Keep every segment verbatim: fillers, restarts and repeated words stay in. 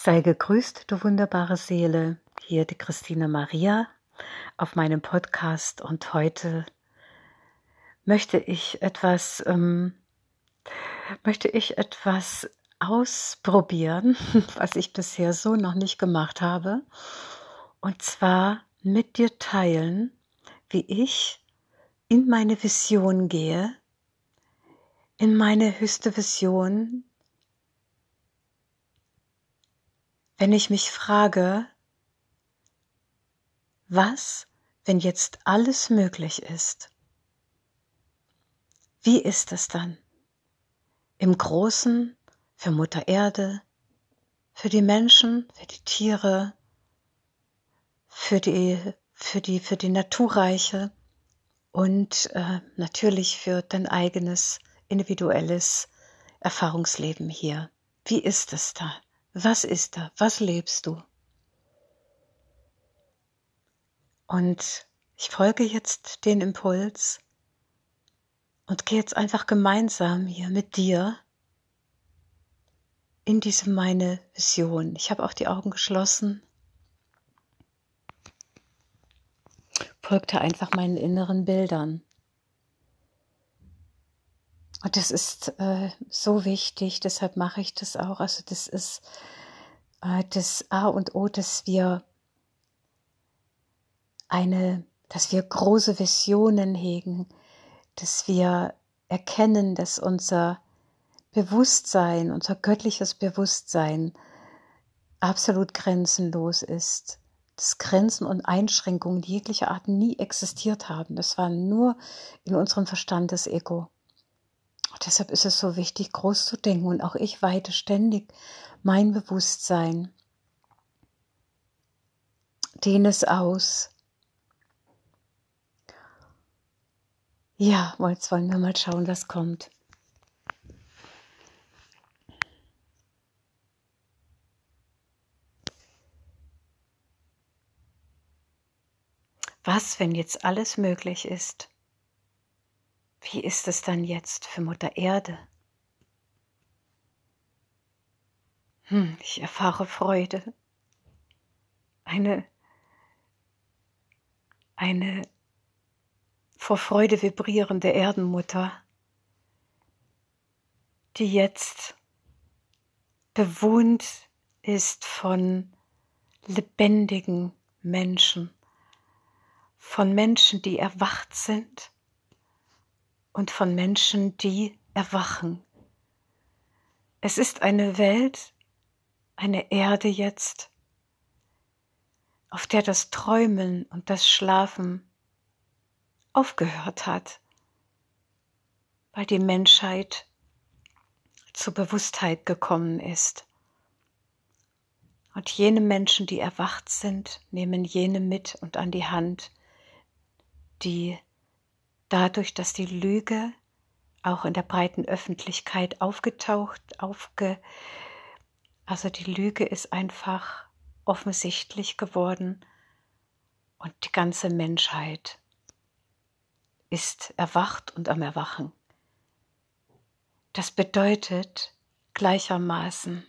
Sei gegrüßt, du wunderbare Seele, hier die Christine Maria auf meinem Podcast, und heute möchte ich etwas, ähm, möchte ich etwas ausprobieren, was ich bisher so noch nicht gemacht habe, und zwar mit dir teilen, wie ich in meine Vision gehe, in meine höchste Vision, wenn ich mich frage, was, wenn jetzt alles möglich ist? Wie ist es dann? Im Großen, für Mutter Erde, für die Menschen, für die Tiere, für die, für die, für die Naturreiche und äh, natürlich für dein eigenes, individuelles Erfahrungsleben hier. Wie ist es da? Was ist da? Was lebst du? Und ich folge jetzt den Impuls und gehe jetzt einfach gemeinsam hier mit dir in diese meine Vision. Ich habe auch die Augen geschlossen, folgte einfach meinen inneren Bildern. Und das ist äh, so wichtig, deshalb mache ich das auch. Also das ist äh, das A und O, dass wir eine, dass wir große Visionen hegen, dass wir erkennen, dass unser Bewusstsein, unser göttliches Bewusstsein absolut grenzenlos ist, dass Grenzen und Einschränkungen jeglicher Art nie existiert haben. Das war nur in unserem Verstandesego. Und deshalb ist es so wichtig, groß zu denken. Und auch ich weite ständig mein Bewusstsein, dehne es aus. Ja, jetzt wollen wir mal schauen, was kommt. Was, wenn jetzt alles möglich ist? Wie ist es dann jetzt für Mutter Erde? Hm, ich erfahre Freude. Eine, eine vor Freude vibrierende Erdenmutter, die jetzt bewohnt ist von lebendigen Menschen, von Menschen, die erwacht sind und von Menschen, die erwachen. Es ist eine Welt, eine Erde jetzt, auf der das Träumen und das Schlafen aufgehört hat, weil die Menschheit zur Bewusstheit gekommen ist. Und jene Menschen, die erwacht sind, nehmen jene mit und an die Hand, die dadurch, dass die Lüge auch in der breiten Öffentlichkeit aufgetaucht, aufge, also die Lüge ist einfach offensichtlich geworden und die ganze Menschheit ist erwacht und am Erwachen. Das bedeutet gleichermaßen,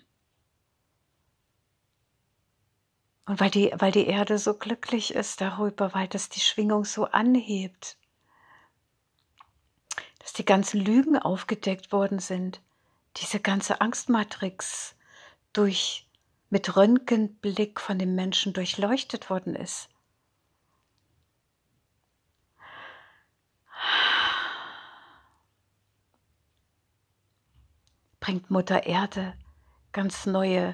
und weil die, weil die Erde so glücklich ist darüber, weil das die Schwingung so anhebt, dass die ganzen Lügen aufgedeckt worden sind, diese ganze Angstmatrix durch, mit Röntgenblick von dem Menschen durchleuchtet worden ist. Bringt Mutter Erde ganz neue,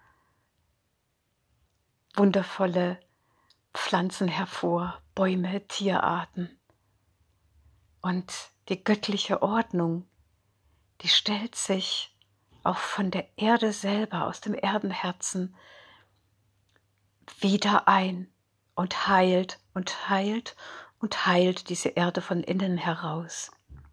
wundervolle Pflanzen hervor, Bäume, Tierarten. Und die göttliche Ordnung, die stellt sich auch von der Erde selber, aus dem Erdenherzen, wieder ein und heilt und heilt und heilt diese Erde von innen heraus.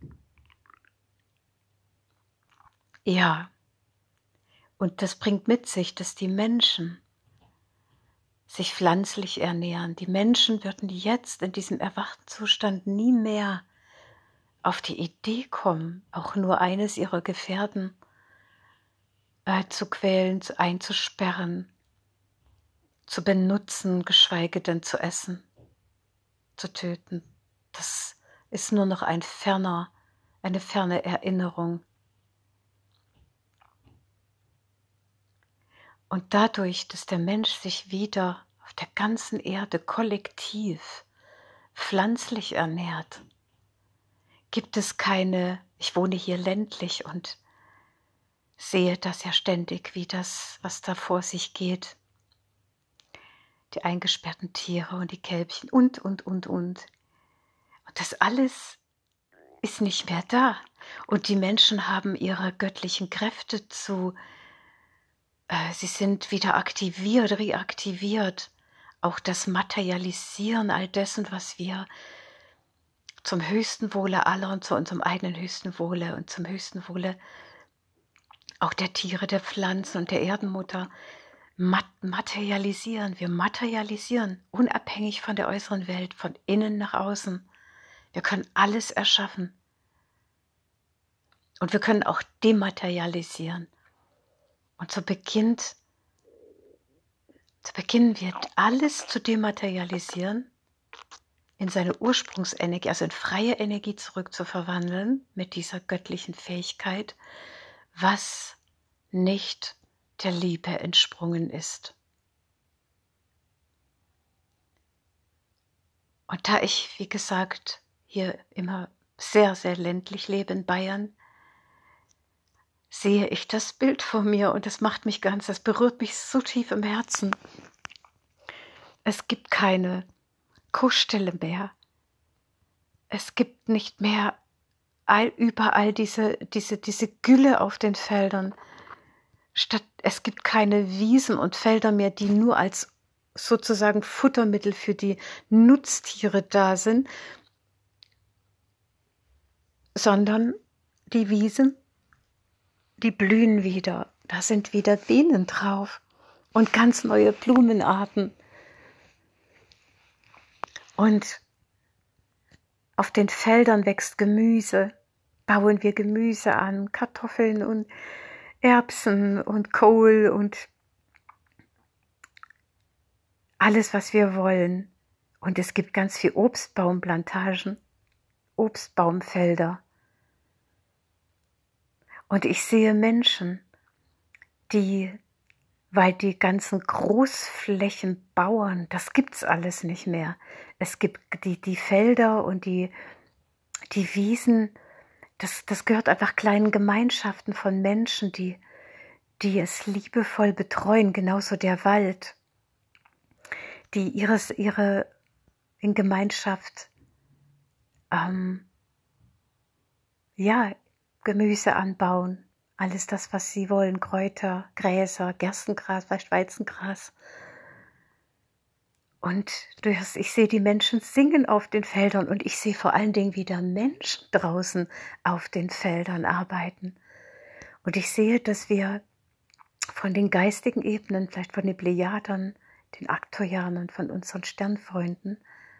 Ja, und das bringt mit sich, dass die Menschen sich pflanzlich ernähren. Die Menschen würden jetzt in diesem erwachten Zustand nie mehr auf die Idee kommen, auch nur eines ihrer Gefährten äh, zu quälen, einzusperren, zu benutzen, geschweige denn zu essen, zu töten. Das ist nur noch ein ferner, eine ferne Erinnerung. Und dadurch, dass der Mensch sich wieder auf der ganzen Erde kollektiv pflanzlich ernährt, gibt es keine, ich wohne hier ländlich und sehe das ja ständig, wie das, was da vor sich geht, die eingesperrten Tiere und die Kälbchen und, und, und, und. Und das alles ist nicht mehr da. Und die Menschen haben ihre göttlichen Kräfte zu, äh, sie sind wieder aktiviert, reaktiviert. Auch das Materialisieren all dessen, was wir zum höchsten Wohle aller und zu unserem eigenen höchsten Wohle und zum höchsten Wohle auch der Tiere, der Pflanzen und der Erdenmutter materialisieren. Wir materialisieren, unabhängig von der äußeren Welt, von innen nach außen. Wir können alles erschaffen. Und wir können auch dematerialisieren. Und so beginnt, so beginnen wir alles zu dematerialisieren, in seine Ursprungsenergie, also in freie Energie zurückzuverwandeln, mit dieser göttlichen Fähigkeit, was nicht der Liebe entsprungen ist. Und da ich, wie gesagt, hier immer sehr, sehr ländlich lebe in Bayern, sehe ich das Bild vor mir und das macht mich ganz, das berührt mich so tief im Herzen. Es gibt keine Kuhstelle mehr. Es gibt nicht mehr all, überall diese, diese, diese Gülle auf den Feldern. Statt, es gibt keine Wiesen und Felder mehr, die nur als sozusagen Futtermittel für die Nutztiere da sind, sondern die Wiesen, die blühen wieder. Da sind wieder Bienen drauf und ganz neue Blumenarten. Und auf den Feldern wächst Gemüse, bauen wir Gemüse an, Kartoffeln und Erbsen und Kohl und alles, was wir wollen. Und es gibt ganz viel Obstbaumplantagen, Obstbaumfelder. Und ich sehe Menschen, die, weil die ganzen Großflächenbauern, das gibt's alles nicht mehr. Es gibt die, die Felder und die, die Wiesen, das, das gehört einfach kleinen Gemeinschaften von Menschen, die, die es liebevoll betreuen, genauso der Wald, die ihres, ihre in Gemeinschaft ähm, ja, Gemüse anbauen, alles das, was sie wollen, Kräuter, Gräser, Gerstengras, vielleicht Weizengras. Und du hörst, ich sehe die Menschen singen auf den Feldern und ich sehe vor allen Dingen wieder Menschen draußen auf den Feldern arbeiten. Und ich sehe, dass wir von den geistigen Ebenen, vielleicht von den Plejadern, den Aktojanern, von unseren Sternfreunden,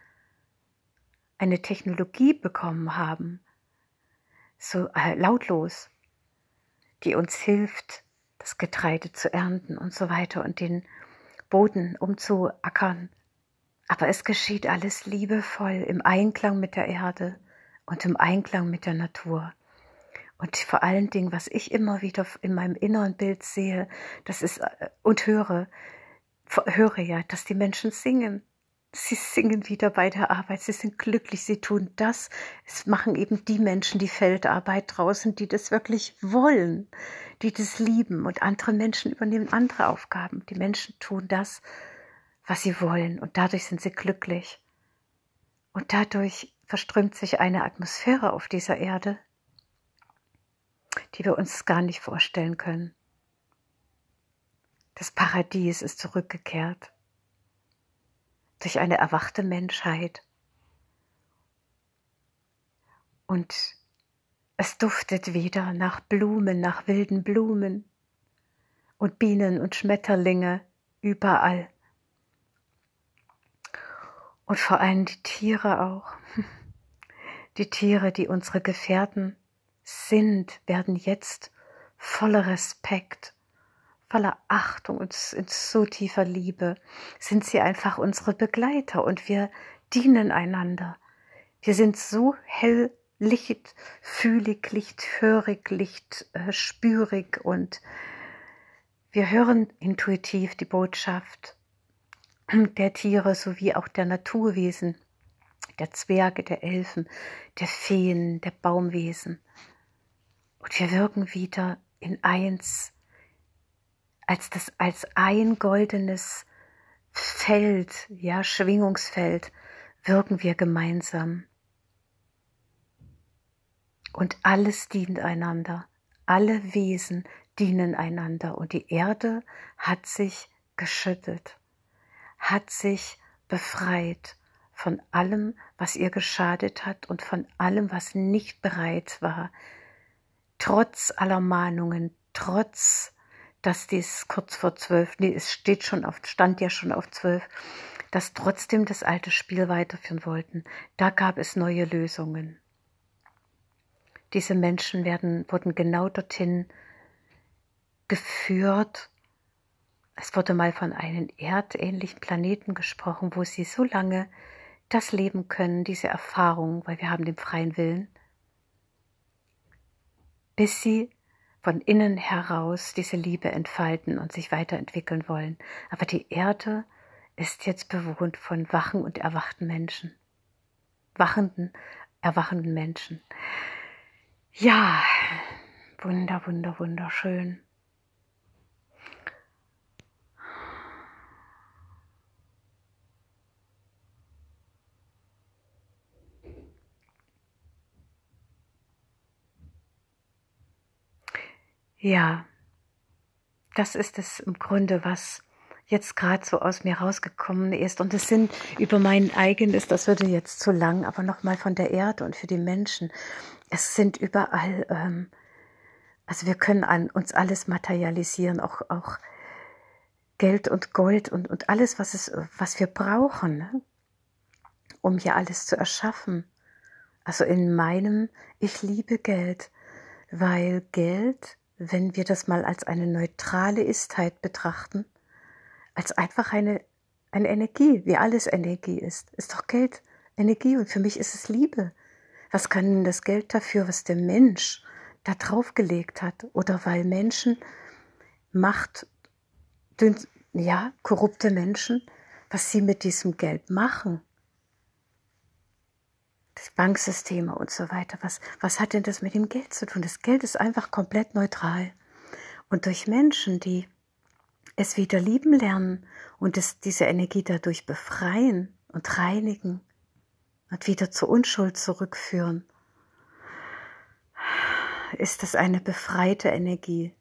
eine Technologie bekommen haben, so äh, lautlos, die uns hilft, das Getreide zu ernten und so weiter und den Boden umzuackern. Aber es geschieht alles liebevoll, im Einklang mit der Erde und im Einklang mit der Natur. Und vor allen Dingen, was ich immer wieder in meinem inneren Bild sehe, das ist und höre, höre ja, dass die Menschen singen. Sie singen wieder bei der Arbeit, sie sind glücklich, sie tun das. Es machen eben die Menschen die Feldarbeit draußen, die das wirklich wollen, die das lieben. Und andere Menschen übernehmen andere Aufgaben. Die Menschen tun das, was sie wollen. Und dadurch sind sie glücklich. Und dadurch verströmt sich eine Atmosphäre auf dieser Erde, die wir uns gar nicht vorstellen können. Das Paradies ist zurückgekehrt. Durch eine erwachte Menschheit. Und es duftet wieder nach Blumen, nach wilden Blumen und Bienen und Schmetterlinge überall. Und vor allem die Tiere auch. Die Tiere, die unsere Gefährten sind, werden jetzt voller Respekt voller Achtung und in so tiefer Liebe sind sie einfach unsere Begleiter und wir dienen einander. Wir sind so hell, lichtfühlig, lichthörig, lichtspürig und wir hören intuitiv die Botschaft der Tiere sowie auch der Naturwesen, der Zwerge, der Elfen, der Feen, der Baumwesen. Und wir wirken wieder in eins, als das, als ein goldenes Feld, ja, Schwingungsfeld, wirken wir gemeinsam. Und alles dient einander. Alle Wesen dienen einander. Und die Erde hat sich geschüttet, hat sich befreit von allem, was ihr geschadet hat und von allem, was nicht bereit war. Trotz aller Mahnungen, trotz, dass dies kurz vor zwölf, nee, es steht schon auf, stand ja schon auf zwölf, dass trotzdem das alte Spiel weiterführen wollten. Da gab es neue Lösungen. Diese Menschen werden, wurden genau dorthin geführt. Es wurde mal von einem erdähnlichen Planeten gesprochen, wo sie so lange das leben können, diese Erfahrung, weil wir haben den freien Willen, bis sie von innen heraus diese Liebe entfalten und sich weiterentwickeln wollen. Aber die Erde ist jetzt bewohnt von wachen und erwachten Menschen. Wachenden, erwachenden Menschen. Ja, wunder, wunder, wunderschön. Ja, das ist es im Grunde, was jetzt gerade so aus mir rausgekommen ist. Und es sind über mein eigenes, das würde jetzt zu lang, aber nochmal von der Erde und für die Menschen. Es sind überall, ähm, also wir können an uns alles materialisieren, auch, auch Geld und Gold und, und alles, was, es, was wir brauchen, ne? Um hier alles zu erschaffen. Also in meinem, ich liebe Geld, weil Geld, wenn wir das mal als eine neutrale Istheit betrachten, als einfach eine, eine Energie, wie alles Energie ist, ist doch Geld Energie und für mich ist es Liebe. Was kann denn das Geld dafür, was der Mensch da draufgelegt hat? Oder weil Menschen Macht, ja, korrupte Menschen, was sie mit diesem Geld machen? Das Banksysteme und so weiter. Was, was hat denn das mit dem Geld zu tun? Das Geld ist einfach komplett neutral. Und durch Menschen, die es wieder lieben lernen und es, diese Energie dadurch befreien und reinigen und wieder zur Unschuld zurückführen, ist das eine befreite Energie.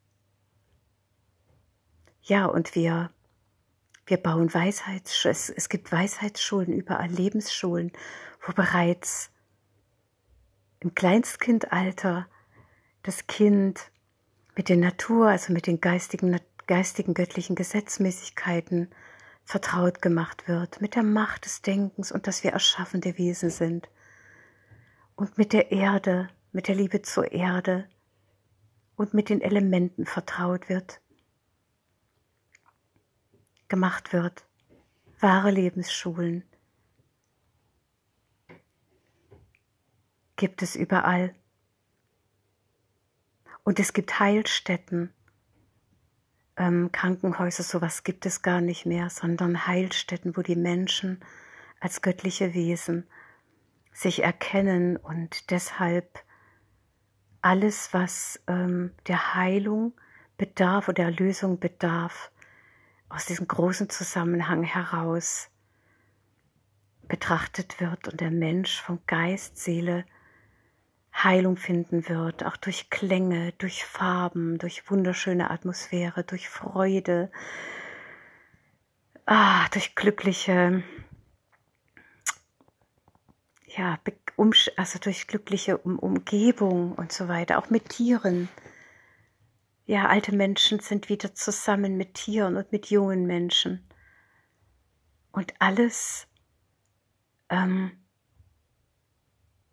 Ja, und wir, wir bauen Weisheitsschulen. Es, es gibt Weisheitsschulen, überall Lebensschulen, wo bereits im Kleinstkindalter das Kind mit der Natur, also mit den geistigen, geistigen göttlichen Gesetzmäßigkeiten vertraut gemacht wird, mit der Macht des Denkens und dass wir erschaffende Wesen sind und mit der Erde, mit der Liebe zur Erde und mit den Elementen vertraut wird, gemacht wird. Wahre Lebensschulen gibt es überall. Und es gibt Heilstätten, ähm, Krankenhäuser, sowas gibt es gar nicht mehr, sondern Heilstätten, wo die Menschen als göttliche Wesen sich erkennen und deshalb alles, was ähm, der Heilung bedarf oder der Erlösung bedarf, aus diesem großen Zusammenhang heraus betrachtet wird und der Mensch von Geist, Seele Heilung finden wird, auch durch Klänge, durch Farben, durch wunderschöne Atmosphäre, durch Freude, ah, durch glückliche, ja, also durch glückliche um Umgebung und so weiter, auch mit Tieren. Ja, alte Menschen sind wieder zusammen mit Tieren und mit jungen Menschen. Und alles ähm,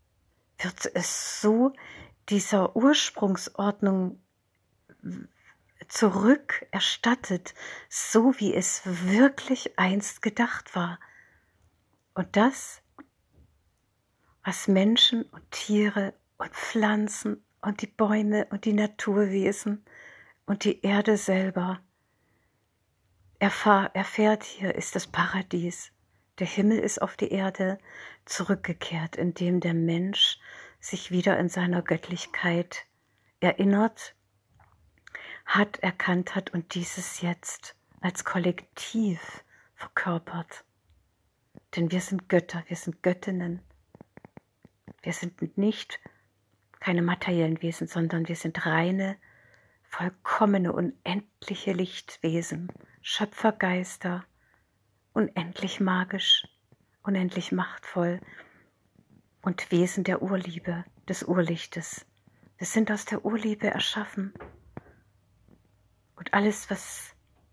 wird es so dieser Ursprungsordnung zurückerstattet, so wie es wirklich einst gedacht war. Und das, was Menschen und Tiere und Pflanzen und die Bäume und die Naturwesen und die Erde selber erfahr, erfährt hier, ist das Paradies. Der Himmel ist auf die Erde zurückgekehrt, indem der Mensch sich wieder in seiner Göttlichkeit erinnert hat, erkannt hat und dieses jetzt als Kollektiv verkörpert. Denn wir sind Götter, wir sind Göttinnen. Wir sind nicht keine materiellen Wesen, sondern wir sind reine, vollkommene, unendliche Lichtwesen, Schöpfergeister, unendlich magisch, unendlich machtvoll und Wesen der Urliebe, des Urlichtes. Wir sind aus der Urliebe erschaffen. Und alles, was,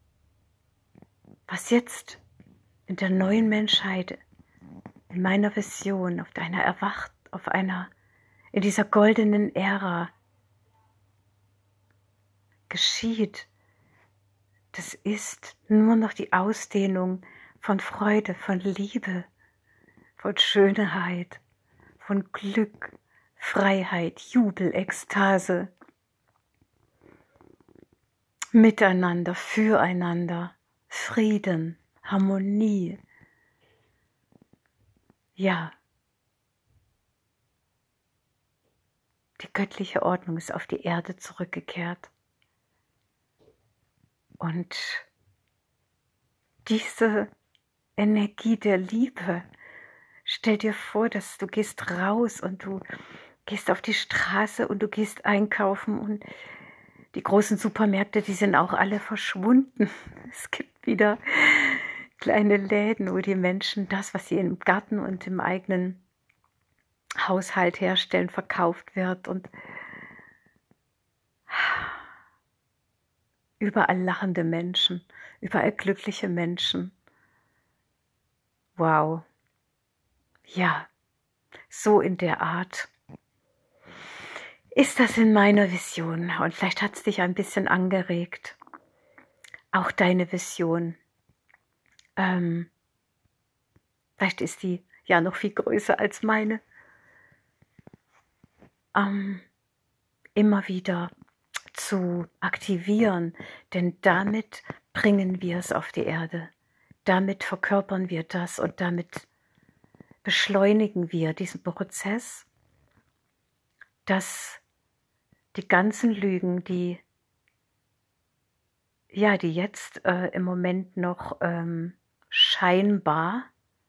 was jetzt in der neuen Menschheit, in meiner Vision, auf einer Erwacht, auf einer, in dieser goldenen Ära geschieht, das ist nur noch die Ausdehnung von Freude, von Liebe, von Schönheit, von Glück, Freiheit, Jubel, Ekstase. Miteinander, füreinander, Frieden, Harmonie. Ja, die göttliche Ordnung ist auf die Erde zurückgekehrt. Und diese Energie der Liebe, stell dir vor, dass du gehst raus und du gehst auf die Straße und du gehst einkaufen und die großen Supermärkte, die sind auch alle verschwunden. Es gibt wieder kleine Läden, wo die Menschen das, was sie im Garten und im eigenen Haushalt herstellen, verkauft wird. Und überall lachende Menschen, überall glückliche Menschen. Wow. Ja, so in der Art ist das in meiner Vision. Und vielleicht hat es dich ein bisschen angeregt. Auch deine Vision. Ähm, vielleicht ist die ja noch viel größer als meine. Ähm, immer wieder zu aktivieren, denn damit bringen wir es auf die Erde. Damit verkörpern wir das und damit beschleunigen wir diesen Prozess, dass die ganzen Lügen, die ja, die jetzt äh, im Moment noch ähm, scheinbar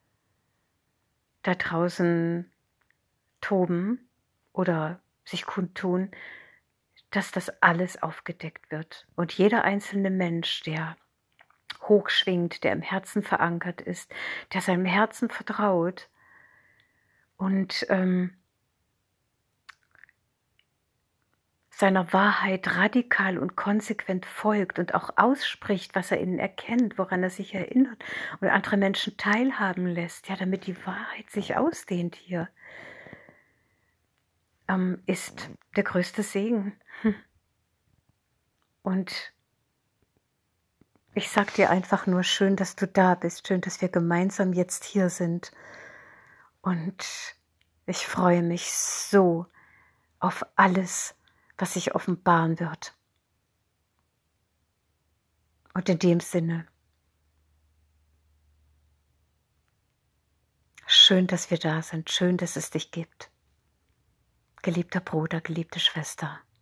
da draußen toben oder sich kundtun, dass das alles aufgedeckt wird. Und jeder einzelne Mensch, der hochschwingt, der im Herzen verankert ist, der seinem Herzen vertraut und ähm, seiner Wahrheit radikal und konsequent folgt und auch ausspricht, was er innen erkennt, woran er sich erinnert und andere Menschen teilhaben lässt, ja, damit die Wahrheit sich ausdehnt hier, ähm, ist der größte Segen. Und ich sag dir einfach nur, schön, dass du da bist, schön, dass wir gemeinsam jetzt hier sind. Und ich freue mich so auf alles, was sich offenbaren wird. Und in dem Sinne, schön, dass wir da sind, schön, dass es dich gibt. Geliebter Bruder, geliebte Schwester.